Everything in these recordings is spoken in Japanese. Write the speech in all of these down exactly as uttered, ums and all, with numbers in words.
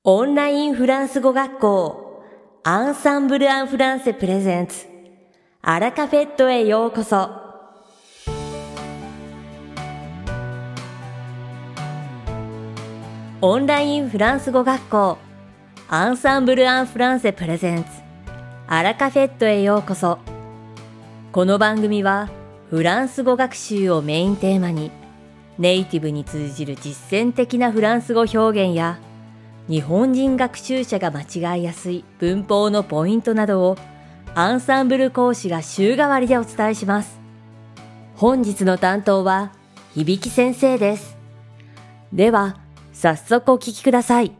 オンラインフランス語学校アンサンブル・アン・フランセプレゼンツアラカフェットへようこそ。オンラインフランス語学校アンサンブル・アン・フランセプレゼンツアラカフェットへようこそ。この番組はフランス語学習をメインテーマにネイティブに通じる実践的なフランス語表現や日本人学習者が間違いやすい文法のポイントなどをアンサンブル講師が週替わりでお伝えします。本日の担当は響先生です。では早速お聞きください。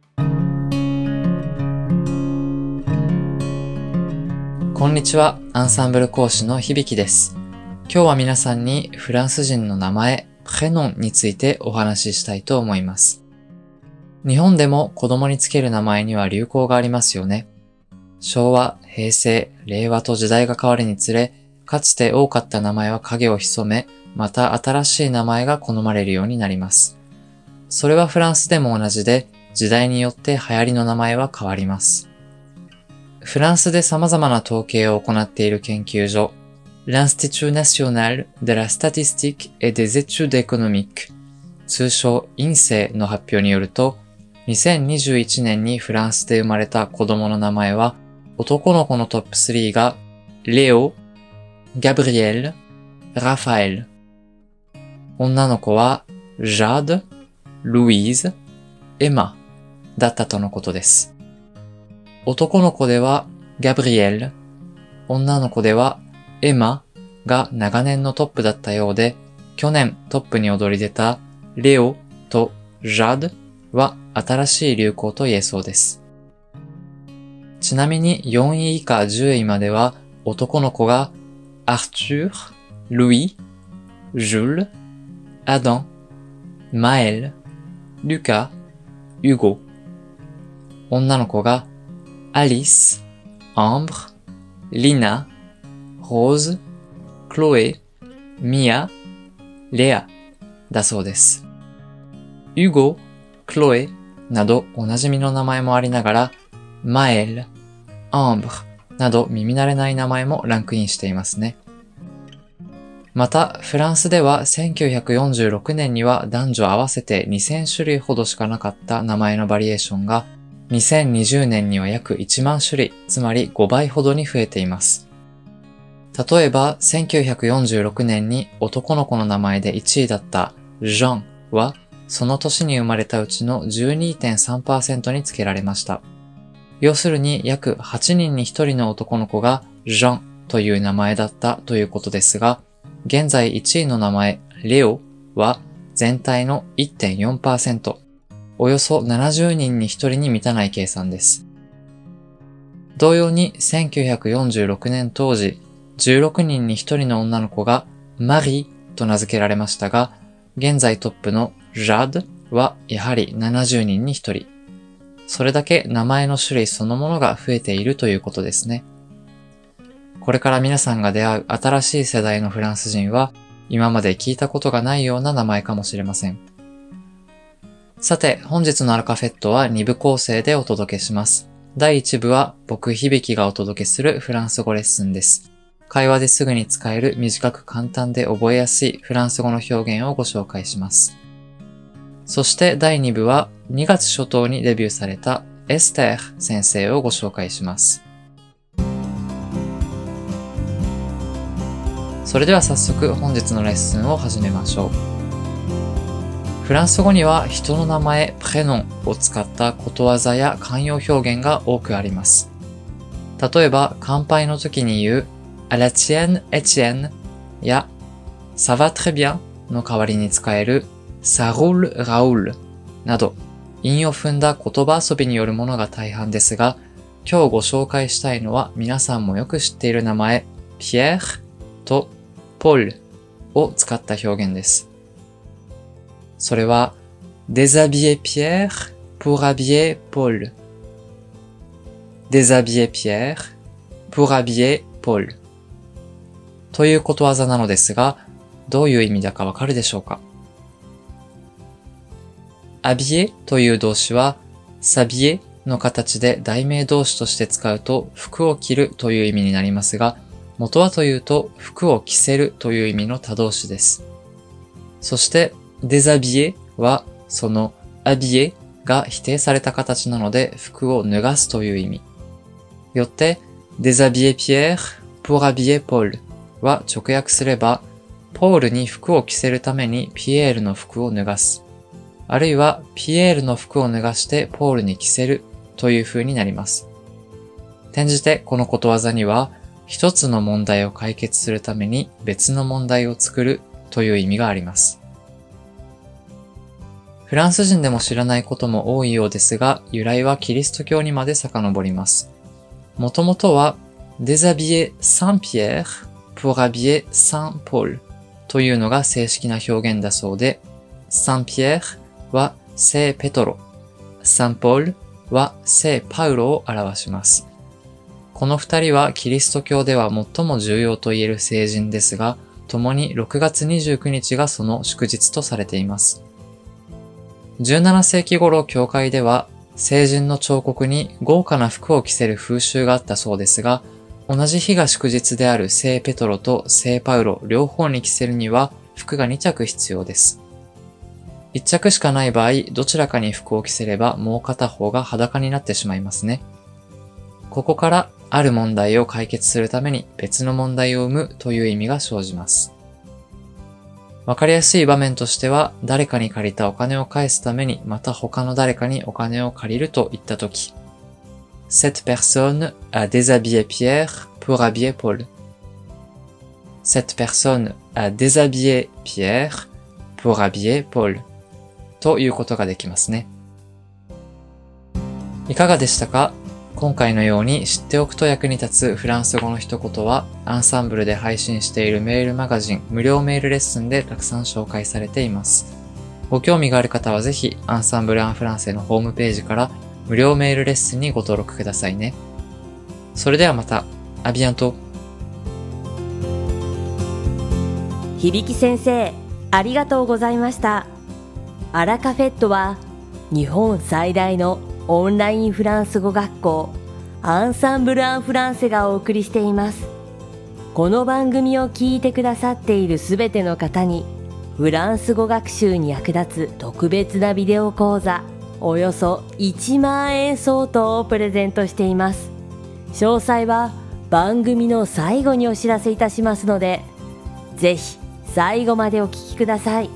こんにちは、アンサンブル講師の響です。今日は皆さんにフランス人の名前、プレノンについてお話ししたいと思います。日本でも子供につける名前には流行がありますよね。昭和、平成、令和と時代が変わるにつれ、かつて多かった名前は影を潜め、また新しい名前が好まれるようになります。それはフランスでも同じで、時代によって流行りの名前は変わります。フランスで様々な統計を行っている研究所、l'Institut National de la Statistique et des Études Économiques、通称インセイの発表によると、にせんにじゅういちねんにフランスで生まれた子供の名前は、男の子のトップスリーが、レオ、ガブリエル、ラファエル。女の子は、ジャード、ルイーズ、エマだったとのことです。男の子では、ガブリエル、女の子では、エマが長年のトップだったようで、去年トップに躍り出た、レオとジャードは新しい流行と言えそうです。ちなみによんい以下じゅういまでは男の子がアルトゥール、ルイ、ジュル、アダン、マエル、ルカ、ユゴ。女の子がアリス、アンブル、リナ、ローズ、クロエ、ミア、レアだそうです。ユゴ、クロエなどおなじみの名前もありながら、マエル、アンブルなど耳慣れない名前もランクインしていますね。また、フランスではせんきゅうひゃくよんじゅうろくねんには男女合わせてにせんしゅるいほどしかなかった名前のバリエーションが、にせんにじゅうねんには約いちまんしゅるい、つまりごばいほどに増えています。例えば、せんきゅうひゃくよんじゅうろくねんに男の子の名前でいちいだったジャンは、その年に生まれたうちの じゅうにてんさんパーセント につけられました。要するに約はちにんにひとりの男の子がジャンという名前だったということですが、現在いちいの名前レオは全体の いってんよんパーセント、およそななじゅうにんにひとりに満たない計算です。同様にせんきゅうひゃくよんじゅうろくねん当時、じゅうろくにんにひとりの女の子がマリーと名付けられましたが、現在トップのジャードはやはりななじゅうにんにひとり。それだけ名前の種類そのものが増えているということですね。これから皆さんが出会う新しい世代のフランス人は今まで聞いたことがないような名前かもしれません。さて、本日のアルカフェットはにぶ構成でお届けします。だいいち部は僕響がお届けするフランス語レッスンです。会話ですぐに使える短く簡単で覚えやすいフランス語の表現をご紹介します。そしてだいに部はにがつ初頭にデビューされたエステー先生をご紹介します。それでは早速本日のレッスンを始めましょう。フランス語には人の名前プレノンを使ったことわざや慣用表現が多くあります。例えば乾杯の時に言うà la tienne Etienne や ça va très bien の代わりに使えるça roule Raoul など韻を踏んだ言葉遊びによるものが大半ですが、今日ご紹介したいのは皆さんもよく知っている名前ピエールとポールを使った表現です。それは déshabiller Pierre pour habiller Paul déshabiller Pierre pour habiller Paul ということわざなのですが、どういう意味だかわかるでしょうか。habiller という動詞は s'habillerの形で代名動詞として使うと服を着るという意味になりますが、元はというと服を着せるという意味の他動詞です。そして déshabiller はその habiller が否定された形なので服を脱がすという意味。よって déshabiller Pierre pour habiller Paul は直訳すればポールに服を着せるためにピエールの服を脱がす。あるいはピエールの服を脱がしてポールに着せるという風になります。転じてこのことわざには一つの問題を解決するために別の問題を作るという意味があります。フランス人でも知らないことも多いようですが、由来はキリスト教にまで遡ります。もともとは déshabiller Saint Pierre pour habiller Saint Paul というのが正式な表現だそうで、Saint Pierre は聖ペトロ、Saint Paul は聖パウロを表します。この二人はキリスト教では最も重要と言える聖人ですが、共にろくがつにじゅうくにちがその祝日とされています。じゅうななせいき頃教会では聖人の彫刻に豪華な服を着せる風習があったそうですが、同じ日が祝日である聖ペトロと聖パウロ両方に着せるには服がにちゃく必要です。いっちゃくしかない場合、どちらかに服を着せればもう片方が裸になってしまいますね。ここからある問題を解決するために別の問題を生むという意味が生じます。わかりやすい場面としては、誰かに借りたお金を返すためにまた他の誰かにお金を借りるといったとき、Cette personne a déshabillé Pierre pour habiller Paul. Cette personne a déshabillé Pierre pour habiller Paul. ということができますね。いかがでしたか？今回のように知っておくと役に立つフランス語の一言はアンサンブルで配信しているメールマガジン無料メールレッスンでたくさん紹介されています。ご興味がある方はぜひアンサンブル・アン・フランセのホームページから無料メールレッスンにご登録くださいね。それではまた。アビアント。 響先生、ありがとうございました。アラカフェットは日本最大のオンラインフランス語学校アンサンブル・アン・フランセがお送りしています。この番組を聞いてくださっているすべての方にフランス語学習に役立つ特別なビデオ講座およそいちまんえん相当をプレゼントしています。詳細は番組の最後にお知らせいたしますので、ぜひ最後までお聞きください。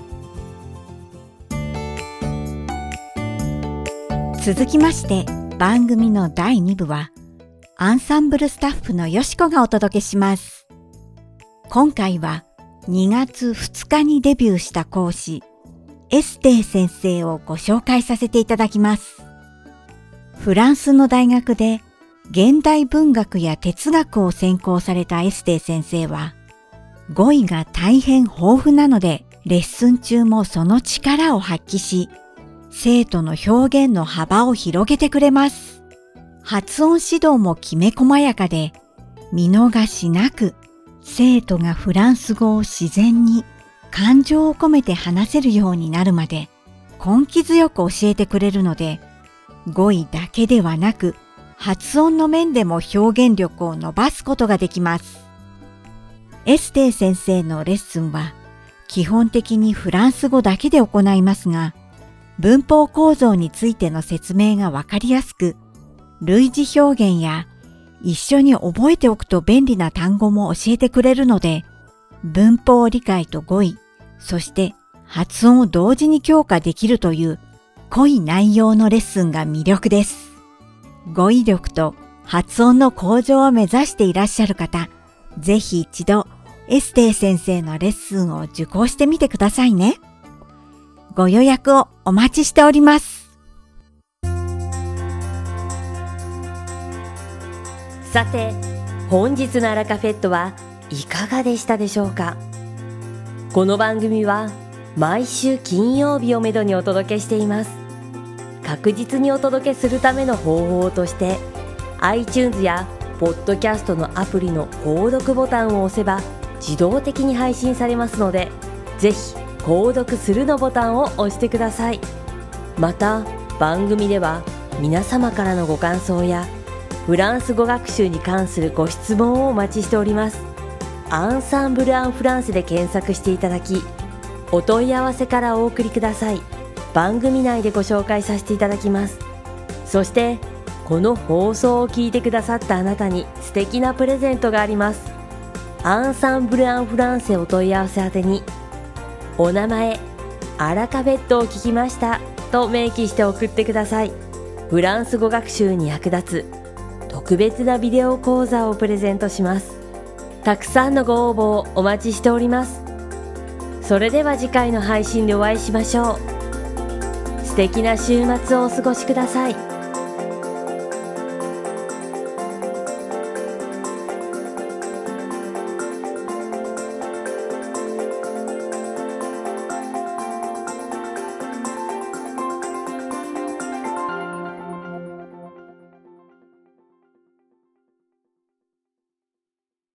続きまして番組のだいにぶはアンサンブルスタッフのよしこがお届けします。今回はにがつふつかにデビューした講師エステー先生をご紹介させていただきます。フランスの大学で現代文学や哲学を専攻されたエステー先生は語彙が大変豊富なのでレッスン中もその力を発揮し生徒の表現の幅を広げてくれます。発音指導もきめ細やかで、見逃しなく生徒がフランス語を自然に感情を込めて話せるようになるまで根気強く教えてくれるので、語彙だけではなく発音の面でも表現力を伸ばすことができます。エステー先生のレッスンは基本的にフランス語だけで行いますが、文法構造についての説明がわかりやすく、類似表現や一緒に覚えておくと便利な単語も教えてくれるので、文法理解と語彙、そして発音を同時に強化できるという濃い内容のレッスンが魅力です。語彙力と発音の向上を目指していらっしゃる方、ぜひ一度エステー先生のレッスンを受講してみてくださいね。ご予約をお待ちしております。 さて、本日のアラカフェットはいかがでしたでしょうか。この番組は毎週金曜日をめどにお届けしています。確実にお届けするための方法として iTunes やポッドキャストのアプリの購読ボタンを押せば自動的に配信されますので、ぜひ購読するのボタンを押してください。また番組では皆様からのご感想やフランス語学習に関するご質問をお待ちしております。アンサンブル・アン・フランセで検索していただき、お問い合わせからお送りください。番組内でご紹介させていただきます。そしてこの放送を聞いてくださったあなたに素敵なプレゼントがあります。アンサンブル・アン・フランセお問い合わせ宛てに、お名前、アラカフェットを聞きましたと明記して送ってください。フランス語学習に役立つ特別なビデオ講座をプレゼントします。たくさんのご応募をお待ちしております。それでは次回の配信でお会いしましょう。素敵な週末をお過ごしください。